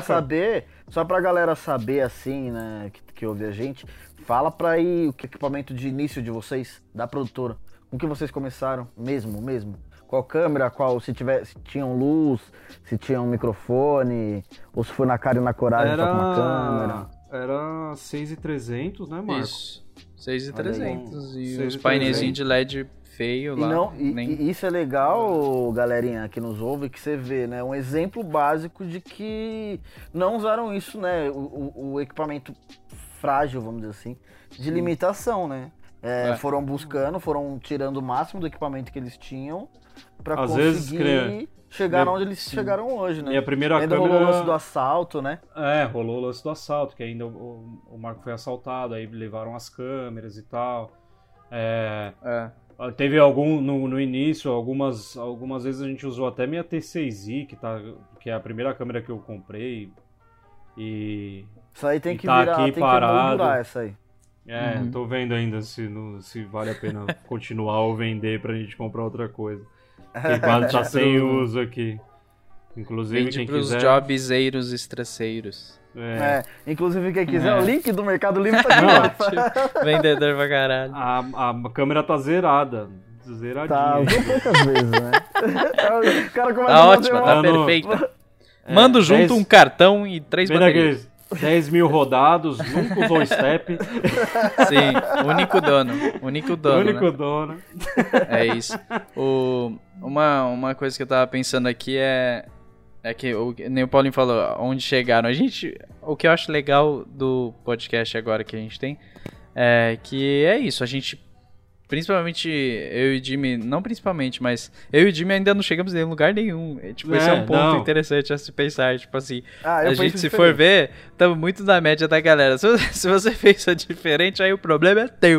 só pra galera saber, assim, né, que ouve a gente, fala pra aí o equipamento de início de vocês, da produtora. Com que vocês começaram mesmo? Qual câmera, se tinham luz, se tinha um microfone, ou se foi na cara e na coragem só com uma câmera? Era 6.300, né, Marco? Isso. 6.300 e 6.300. os painéis de LED feio lá. E isso é legal, galerinha que nos ouve, que você vê, né? Um exemplo básico de que não usaram isso, né? O equipamento frágil, vamos dizer assim, de limitação, né? Foram buscando, foram tirando o máximo do equipamento que eles tinham pra conseguir chegar onde eles chegaram hoje, né? E a primeira ainda câmera... rolou o lance do assalto, né? Rolou o lance do assalto, que ainda o Marco foi assaltado, aí levaram as câmeras e tal. Teve no início, algumas vezes a gente usou até minha T6i, que é a primeira câmera que eu comprei. E isso aí tem que tá virar, aqui tem parado. que moldurar essa aí. Tô vendo ainda se vale a pena continuar ou vender pra gente comprar outra coisa. Porque quase tá sem uso aqui. Inclusive, vende quem pros quiser... jobzeiros estresseiros. Inclusive, quem quiser, o link do Mercado Livre tá aqui. Vendedor pra caralho. A câmera tá zerada. Zeradinha. Tá, usou poucas vezes, né? O cara começa Tá ótima, tá perfeita. Mando junto um cartão e 3 baterias. 10 mil rodados, nunca usou step. Sim, único dono. Único dono. É isso. Uma coisa que eu tava pensando aqui é que nem o Paulinho falou, onde chegaram. O que eu acho legal do podcast agora que a gente tem é que é isso, a gente, principalmente eu e o Jimmy, não principalmente, mas eu e o Jimmy ainda não chegamos em lugar nenhum. Esse é um ponto interessante a se pensar, tipo assim, a gente se for ver, estamos muito na média da galera. Se você fez a diferente, aí o problema é teu.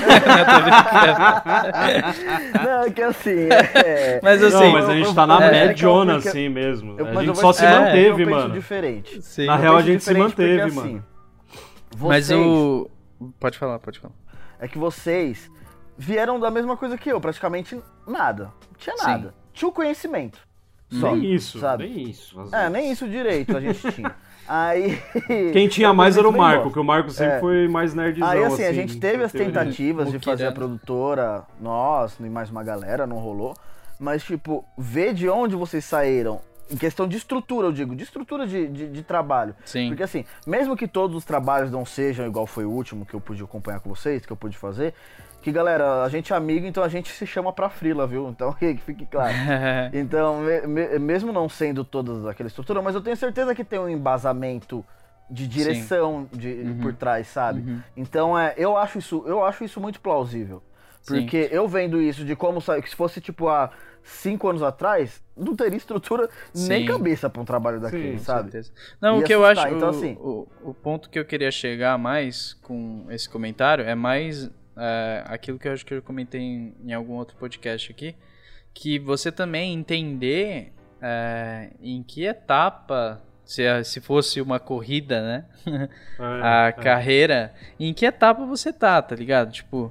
Não, é que assim... Mas a gente tá na médiona assim mesmo. A gente só se manteve, mano. Diferente. Sim. Na real, a gente se manteve, porque, mano. Mas Pode falar. É que vocês... vieram da mesma coisa que eu, praticamente nada. Não tinha nada. Sim. Tinha o conhecimento. Só, nem isso, sabe? Nem isso. Nem isso direito a gente tinha. Aí... Quem tinha mais era o Marco, porque o Marco sempre foi mais nerdzão. Aí assim, a gente teve as tentativas de fazer a produtora, nós e mais uma galera, não rolou. Mas tipo, ver de onde vocês saíram, em questão de estrutura, eu digo, de estrutura de trabalho. Sim. Porque assim, mesmo que todos os trabalhos não sejam igual foi o último que eu pude acompanhar com vocês, que eu pude fazer... Que, galera, a gente é amigo, então a gente se chama pra frila, viu? Então, que fique claro. Então, mesmo não sendo todas aquela estrutura, mas eu tenho certeza que tem um embasamento de direção por trás, sabe? Então, eu acho isso muito plausível. Porque eu vendo isso de como sair, que se fosse tipo há 5 anos atrás, não teria estrutura nem cabeça pra um trabalho daquele, sabe? Certeza. Não, o que eu acho, então, assim, o ponto que eu queria chegar mais com esse comentário é mais... aquilo que eu acho que eu comentei em algum outro podcast aqui, que você também entender em que etapa, se fosse uma corrida, né, carreira, em que etapa você tá ligado? Tipo,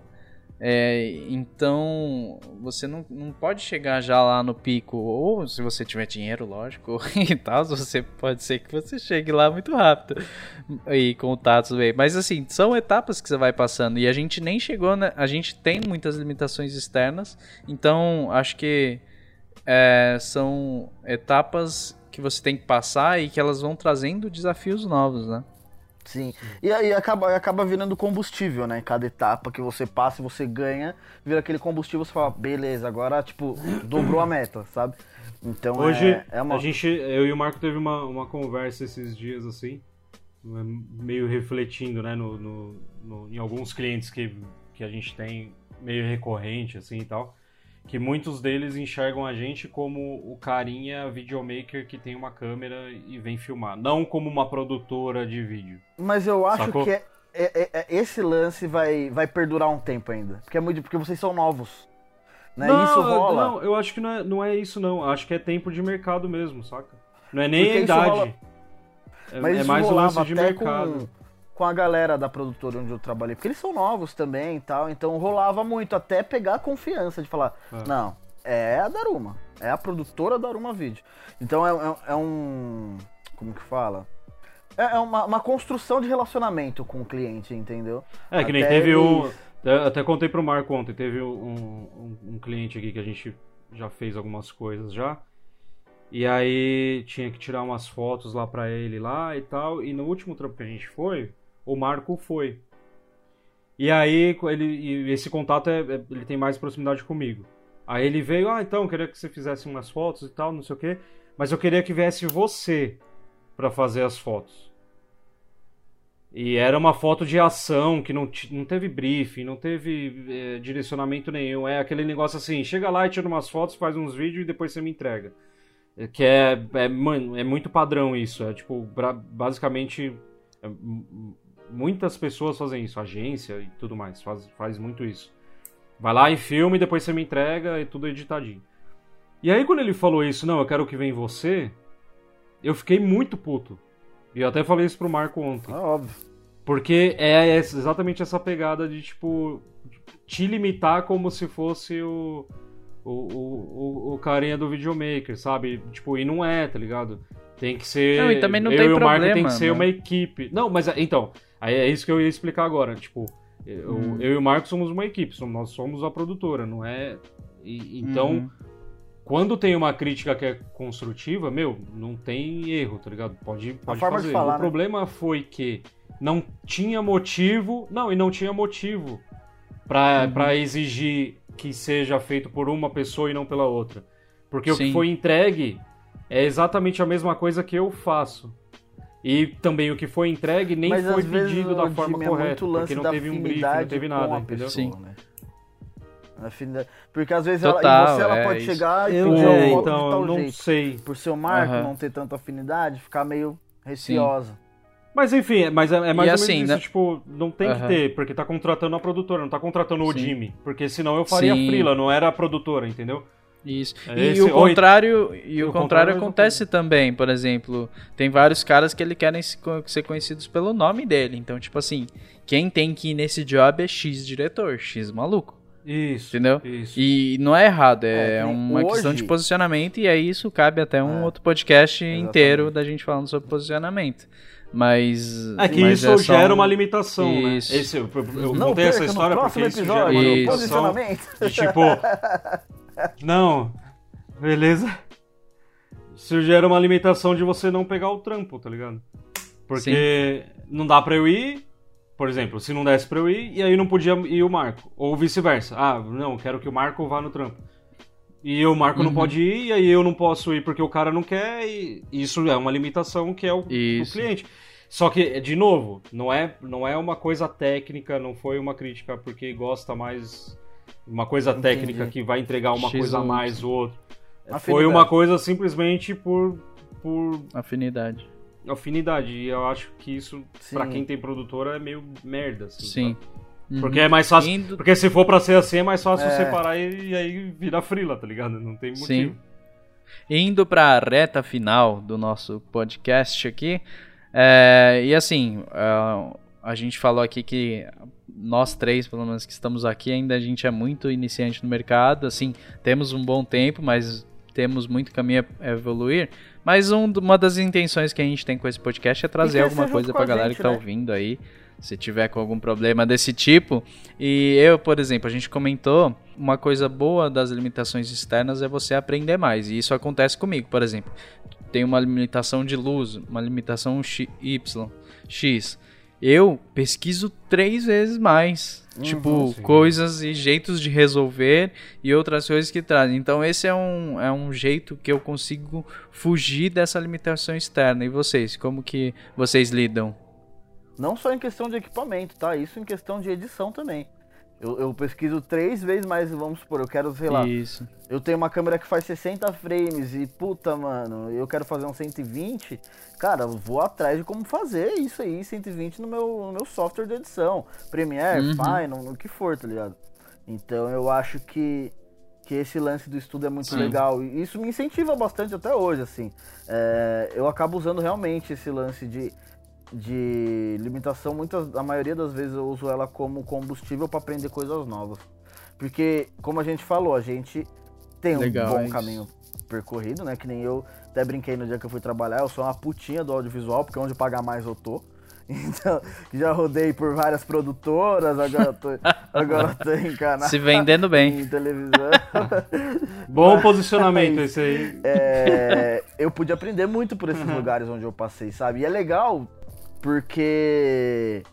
então você não pode chegar já lá no pico, ou se você tiver dinheiro, lógico, e tal, você pode ser que você chegue lá muito rápido e contatos bem, mas assim, são etapas que você vai passando e a gente nem chegou, né? A gente tem muitas limitações externas, então acho que são etapas que você tem que passar e que elas vão trazendo desafios novos, né? Sim, e aí acaba virando combustível, né? Cada etapa que você passa e você ganha, vira aquele combustível, você fala, beleza, agora, tipo, dobrou a meta, sabe? Então, hoje, eu e o Marco teve uma conversa esses dias, assim, meio refletindo, né, em alguns clientes que a gente tem, meio recorrente, assim, e tal, que muitos deles enxergam a gente como o carinha videomaker que tem uma câmera e vem filmar, não como uma produtora de vídeo. Mas eu acho que esse lance vai perdurar um tempo ainda, porque vocês são novos, né? Não, isso rola. Não, eu acho que não é isso, não. Acho que é tempo de mercado mesmo, saca? Não é nem porque a idade. Rola... Mas é mais o lance de mercado. Com a galera da produtora onde eu trabalhei, porque eles são novos também e tal, então rolava muito, até pegar a confiança de falar, não, é a Daruma, é a produtora Daruma Vídeo. Então é um... como que fala? É uma construção de relacionamento com o cliente, entendeu? Que nem teve até contei pro Marco ontem, teve um cliente aqui que a gente já fez algumas coisas já, e aí tinha que tirar umas fotos lá pra ele lá e tal, e no último trampo que a gente foi, o Marco foi. E aí, esse contato, ele tem mais proximidade comigo. Aí ele veio, então, eu queria que você fizesse umas fotos e tal, não sei o quê. Mas eu queria que viesse você pra fazer as fotos. E era uma foto de ação, que não teve briefing, não teve direcionamento nenhum. É aquele negócio assim, chega lá e tira umas fotos, faz uns vídeos e depois você me entrega. Que mano, é muito padrão isso. É tipo, basicamente, muitas pessoas fazem isso, agência e tudo mais, faz muito isso. Vai lá e filma e depois você me entrega e tudo editadinho. E aí quando ele falou isso, não, eu quero que venha você, eu fiquei muito puto. E eu até falei isso pro Marco ontem. Óbvio. Porque é exatamente essa pegada de, tipo, te limitar como se fosse o carinha do videomaker, sabe? Tipo, e não é, tá ligado? Tem que ser... Não, e também não eu tem e o problema, Marco tem que ser né? uma equipe. Não, mas então, aí é isso que eu ia explicar agora. Tipo, eu e o Marco somos uma equipe, nós somos a produtora, não é... Então, quando tem uma crítica que é construtiva, não tem erro, tá ligado? Pode forma fazer. de falar, O problema foi que não tinha motivo... Não, e não tinha motivo pra exigir que seja feito por uma pessoa e não pela outra. Porque o que foi entregue é exatamente a mesma coisa que eu faço. E também o que foi entregue nem Mas, foi às vezes, pedido da forma correta. Porque não teve um briefing, não teve nada, entendeu? Sim. Afinidade. Porque às vezes Total, ela pode isso. chegar e pedir uma foto de Então, tal não jeito. sei. Por seu Marco não ter tanta afinidade, ficar meio receosa. Mas enfim, é mais ou menos assim, isso, né? tipo, não tem que ter, porque tá contratando a produtora, não tá contratando o Jimmy, porque senão eu faria freela, não era a produtora, entendeu? Isso. Esse- o contrário, o contrário acontece também, por exemplo, tem vários caras que ele querem ser conhecidos pelo nome dele. Então, tipo assim, quem tem que ir nesse job é X diretor, X maluco. Isso. Entendeu? Isso. E não é errado, é tem- uma hoje- questão de posicionamento, e aí isso cabe até um outro podcast inteiro exatamente. da gente falando sobre posicionamento. Mas. É que mas isso só gera um- uma limitação, Isso. né? Eu Não contei essa perca história no porque próximo isso gera uma episódio. Isso. limitação Posicionamento. de tipo... Não, beleza? Isso gera uma limitação de você não pegar o trampo, tá ligado? Porque não dá pra eu ir, por exemplo, se não desse pra eu ir, e aí não podia ir o Marco. Ou vice-versa. Não, quero que o Marco vá no trampo. E o Marco não pode ir, e aí eu não posso ir porque o cara não quer, e isso é uma limitação que é o cliente. Só que, de novo, não é uma coisa técnica, não foi uma crítica porque gosta mais... Uma coisa técnica que vai entregar uma X coisa a ou mais o outro. Afinidade. Foi uma coisa simplesmente por Afinidade. afinidade. E eu acho que isso, Sim. pra quem tem produtora, é meio merda, assim. Sim. Sabe? Porque é mais fácil. Indo- Porque se for pra ser assim, é mais fácil separar e aí virar frila, tá ligado? Não tem motivo. Sim. Indo pra reta final do nosso podcast aqui, e assim, a gente falou aqui que nós três, pelo menos que estamos aqui, ainda a gente é muito iniciante no mercado, assim, temos um bom tempo, mas temos muito caminho a evoluir, mas uma das intenções que a gente tem com esse podcast é trazer crescer alguma junto coisa com pra a galera gente, que tá né? ouvindo aí, se tiver com algum problema desse tipo. E eu, por exemplo, a gente comentou, uma coisa boa das limitações externas é você aprender mais, e isso acontece comigo, por exemplo. Tem uma limitação de luz, uma limitação X. Eu pesquiso 3 vezes mais. Tipo, sim. coisas e jeitos de resolver e outras coisas que trazem. Então esse é um jeito que eu consigo fugir dessa limitação externa. E vocês, como que vocês lidam? Não só em questão de equipamento, tá? Isso em questão de edição também. Eu pesquiso 3 vezes mais, vamos supor, eu quero, sei lá, Isso. eu tenho uma câmera que faz 60 frames e, puta, mano, eu quero fazer um 120, cara, eu vou atrás de como fazer isso aí, 120 no meu software de edição, Premiere, Final, no que for, tá ligado? Então eu acho que esse lance do estudo é muito legal, e isso me incentiva bastante até hoje, assim. Eu acabo usando realmente esse lance de limitação, a maioria das vezes eu uso ela como combustível para aprender coisas novas. Porque, como a gente falou, a gente tem um bom caminho percorrido, né? Que nem eu até brinquei no dia que eu fui trabalhar, eu sou uma putinha do audiovisual, porque onde pagar mais eu tô. Então, já rodei por várias produtoras, agora tô em canal. Se vendendo bem. Em televisão. Bom posicionamento esse aí. Eu pude aprender muito por esses lugares onde eu passei, sabe? E é legal porque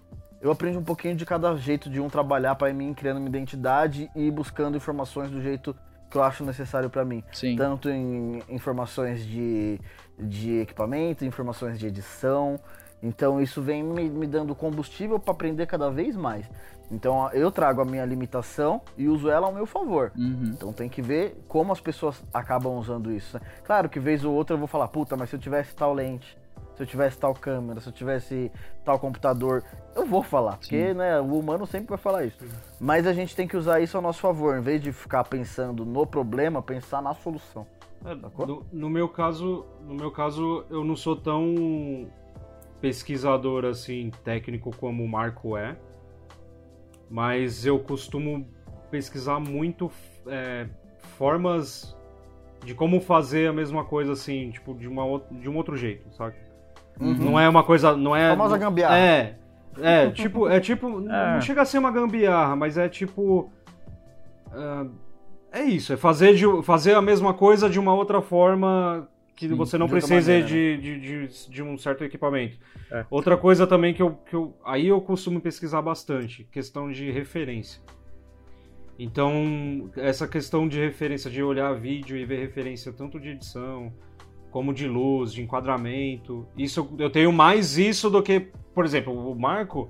eu aprendi um pouquinho de cada jeito de um trabalhar pra mim, criando uma identidade e buscando informações do jeito que eu acho necessário pra mim. Sim. Tanto em informações de equipamento, informações de edição. Então isso vem me dando combustível pra aprender cada vez mais. Então eu trago a minha limitação e uso ela ao meu favor. Então tem que ver como as pessoas acabam usando isso, né? Claro que vez ou outra eu vou falar, puta, mas se eu tivesse tal lente, se eu tivesse tal câmera, se eu tivesse tal computador, eu vou falar, porque né, o humano sempre vai falar isso. Mas a gente tem que usar isso ao nosso favor, em vez de ficar pensando no problema, pensar na solução. No meu caso, eu não sou tão pesquisador assim, técnico como o Marco é, mas eu costumo pesquisar muito formas de como fazer a mesma coisa assim, tipo, de um outro jeito, sabe? Não é uma coisa, não é... A famosa gambiarra. Não chega a ser uma gambiarra, mas é tipo... É isso, é fazer a mesma coisa de uma outra forma que você não precisa de um certo equipamento. Outra coisa também que aí eu costumo pesquisar bastante, questão de referência. Então, essa questão de referência, de olhar vídeo e ver referência tanto de edição como de luz, de enquadramento, isso eu tenho mais isso do que, por exemplo, o Marco,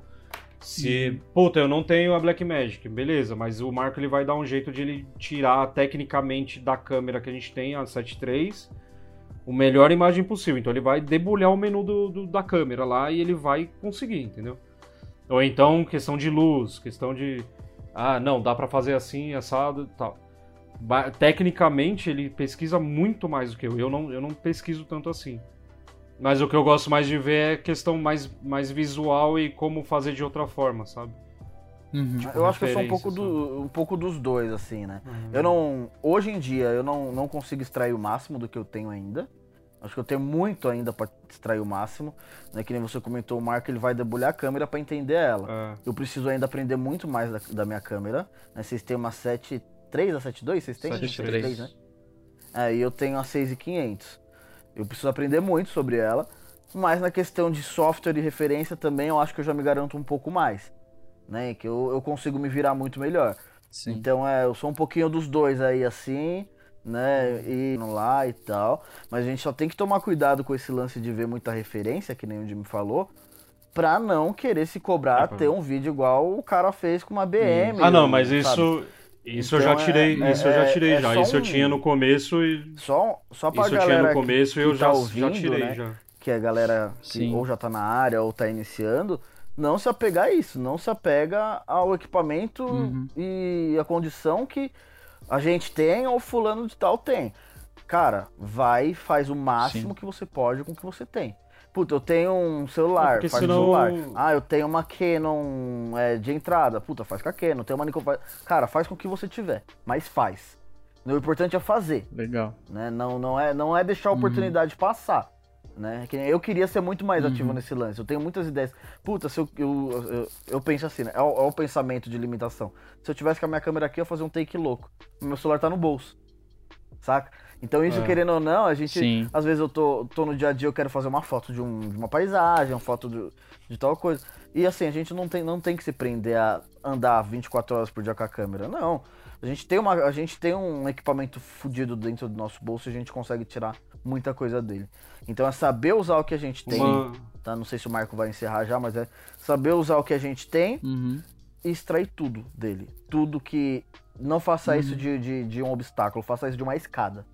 eu não tenho a Blackmagic, beleza, mas o Marco ele vai dar um jeito de ele tirar tecnicamente da câmera que a gente tem, a 7.3, a melhor imagem possível. Então ele vai debulhar o menu da câmera lá e ele vai conseguir, entendeu? Ou então questão de luz, questão de... não, dá pra fazer assim, assado e tal. Tecnicamente ele pesquisa muito mais do que eu não pesquiso tanto assim. Mas o que eu gosto mais de ver é questão mais visual e como fazer de outra forma, sabe? Tipo, eu acho que eu sou um pouco dos dois, assim, né? Hoje em dia eu não consigo extrair o máximo do que eu tenho ainda. Acho que eu tenho muito ainda pra extrair o máximo, né? Que nem você comentou, o Marco ele vai debulhar a câmera pra entender ela. Eu preciso ainda aprender muito mais da minha câmera, né? Vocês têm uma 7.3 a 7.2? Vocês têm? 7.3, né? E eu tenho a 6.500. Eu preciso aprender muito sobre ela, mas na questão de software e referência também eu acho que eu já me garanto um pouco mais, né? Que eu consigo me virar muito melhor. Sim. Então eu sou um pouquinho dos dois aí assim, né? E lá e tal. Mas a gente só tem que tomar cuidado com esse lance de ver muita referência, que nem o Jimmy falou, pra não querer se cobrar ter um vídeo igual o cara fez com uma BM. Não, mas sabe? Isso então, eu já tirei, já. Isso eu tinha no começo e... Só pra isso galera eu tinha no começo e eu já tirei, né? já. Que é a galera que ou já tá na área ou tá iniciando, não se apega a isso, não se apega ao equipamento e a condição que a gente tem ou fulano de tal tem. Cara, faz o máximo que você pode com o que você tem. Puta, eu tenho um celular, faz senão... um celular. Eu tenho uma Canon de entrada. Puta, faz com a Canon. Tem uma Nikon... Cara, faz com o que você tiver, mas faz. O importante é fazer. Legal. Né? Não é deixar a oportunidade passar. Né? Eu queria ser muito mais ativo nesse lance. Eu tenho muitas ideias. Puta, se eu penso assim, né? É o pensamento de limitação. Se eu tivesse com a minha câmera aqui, eu ia fazer um take louco. Meu celular tá no bolso. Saca? Então isso, querendo ou não, a gente... Às vezes eu tô no dia a dia, eu quero fazer uma foto de uma paisagem, uma foto de tal coisa. E assim, a gente não tem que se prender a andar 24 horas por dia com a câmera. Não. A gente tem um equipamento fodido dentro do nosso bolso e a gente consegue tirar muita coisa dele. Então é saber usar o que a gente tem. Tá? Não sei se o Marco vai encerrar já, mas é saber usar o que a gente tem e extrair tudo dele. Tudo que... Não faça isso de um obstáculo, faça isso de uma escada.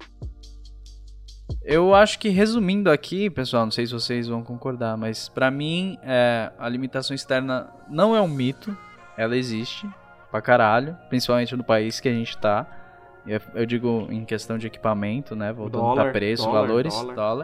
Eu acho que resumindo aqui, pessoal, não sei se vocês vão concordar, mas pra mim a limitação externa não é um mito, ela existe pra caralho, principalmente no país que a gente tá. Eu digo em questão de equipamento, né? Voltando pra preço, valores, dólar.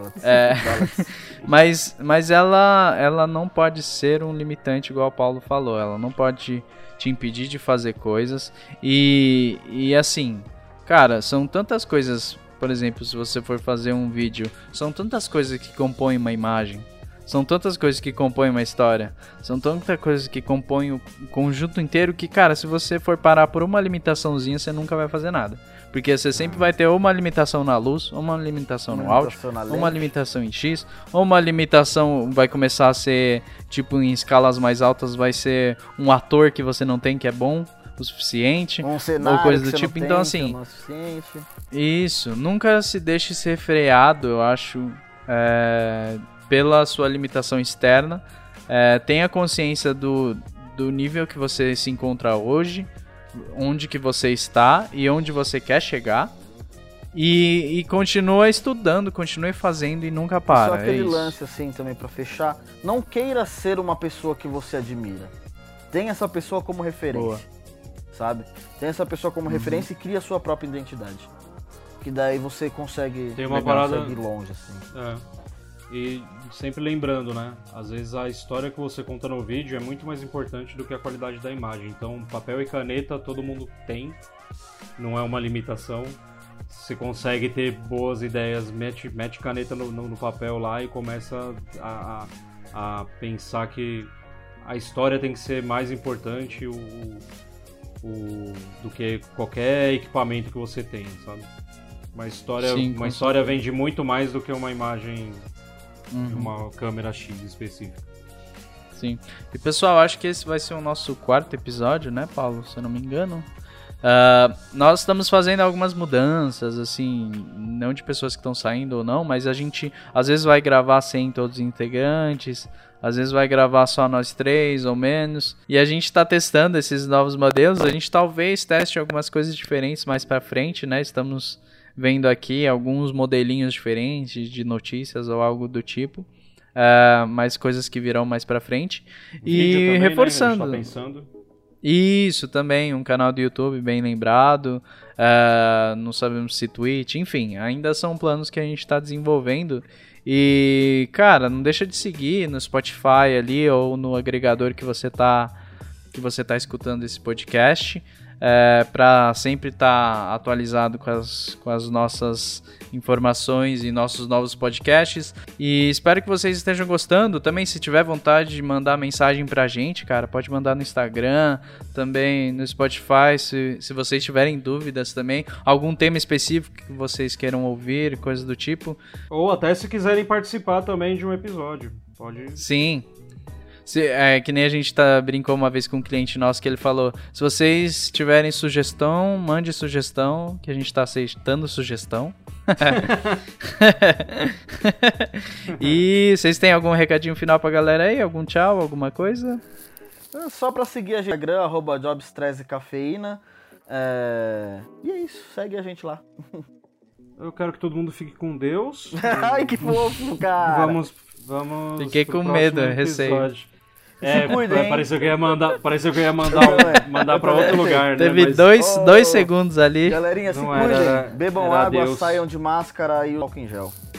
Mas ela não pode ser um limitante, igual o Paulo falou. Ela não pode te impedir de fazer coisas. E assim, cara, são tantas coisas. Por exemplo, se você for fazer um vídeo, são tantas coisas que compõem uma imagem. São tantas coisas que compõem uma história. São tantas coisas que compõem o conjunto inteiro que, cara, se você for parar por uma limitaçãozinha, você nunca vai fazer nada. Porque você sempre vai ter ou uma limitação na luz, ou uma limitação no áudio, ou uma limitação em X, ou uma limitação vai começar a ser, tipo, em escalas mais altas, vai ser um ator que você não tem que é bom o suficiente, Um cenário ou coisa que do você tipo. não Então, tem, assim, que não é suficiente. isso, nunca se deixe ser freado, eu acho, pela sua limitação externa. Tenha consciência do nível que você se encontra hoje, onde que você está e onde você quer chegar. E continua estudando, continue fazendo e nunca para. Só aquele isso. lance assim também pra fechar. Não queira ser uma pessoa que você admira. Tenha essa pessoa como referência. Boa. Sabe? Tenha essa pessoa como referência e cria a sua própria identidade. Que daí você consegue, Tem uma parada... consegue ir longe, assim. E sempre lembrando, né? Às vezes a história que você conta no vídeo é muito mais importante do que a qualidade da imagem. Então, papel e caneta todo mundo tem, não é uma limitação. Você consegue ter boas ideias, mete caneta no papel lá e começa a pensar que a história tem que ser mais importante do que qualquer equipamento que você tem, sabe? Uma história vende muito mais do que uma imagem de uma câmera X específica. Sim. E pessoal, acho que esse vai ser o nosso 4º episódio, né, Paulo? Se eu não me engano. Nós estamos fazendo algumas mudanças, assim, não de pessoas que estão saindo ou não, mas a gente às vezes vai gravar sem todos os integrantes, às vezes vai gravar só nós 3 ou menos, e a gente está testando esses novos modelos. A gente talvez teste algumas coisas diferentes mais pra frente, né? Estamos vendo aqui alguns modelinhos diferentes de notícias ou algo do tipo, mais coisas que virão mais pra frente. E também, reforçando, né? A gente tá pensando. Isso, também, um canal do YouTube bem lembrado, não sabemos se Twitch, enfim, ainda são planos que a gente está desenvolvendo. E, cara, não deixa de seguir no Spotify ali ou no agregador que você tá escutando esse podcast, para sempre estar atualizado com as nossas informações e nossos novos podcasts. E espero que vocês estejam gostando. Também, se tiver vontade de mandar mensagem pra gente, cara, pode mandar no Instagram, também no Spotify, se vocês tiverem dúvidas também, algum tema específico que vocês queiram ouvir, coisa do tipo. Ou até se quiserem participar também de um episódio, pode... Sim. Que nem a gente brincou uma vez com um cliente nosso que ele falou: se vocês tiverem sugestão, mande sugestão, que a gente tá aceitando sugestão. E vocês têm algum recadinho final pra galera aí? Algum tchau, alguma coisa? Só pra seguir a gente no Instagram, @jobs13cafeína. E é isso, segue a gente lá. Eu quero que todo mundo fique com Deus. Ai, que fofo, cara. Vamos Fiquei com medo, receio. Cuidem, pareceu que eu ia mandar pra outro lugar, Teve né? dois segundos ali. Galerinha, se Não cuidem. era Bebam era água, Deus. saiam de máscara e álcool em gel.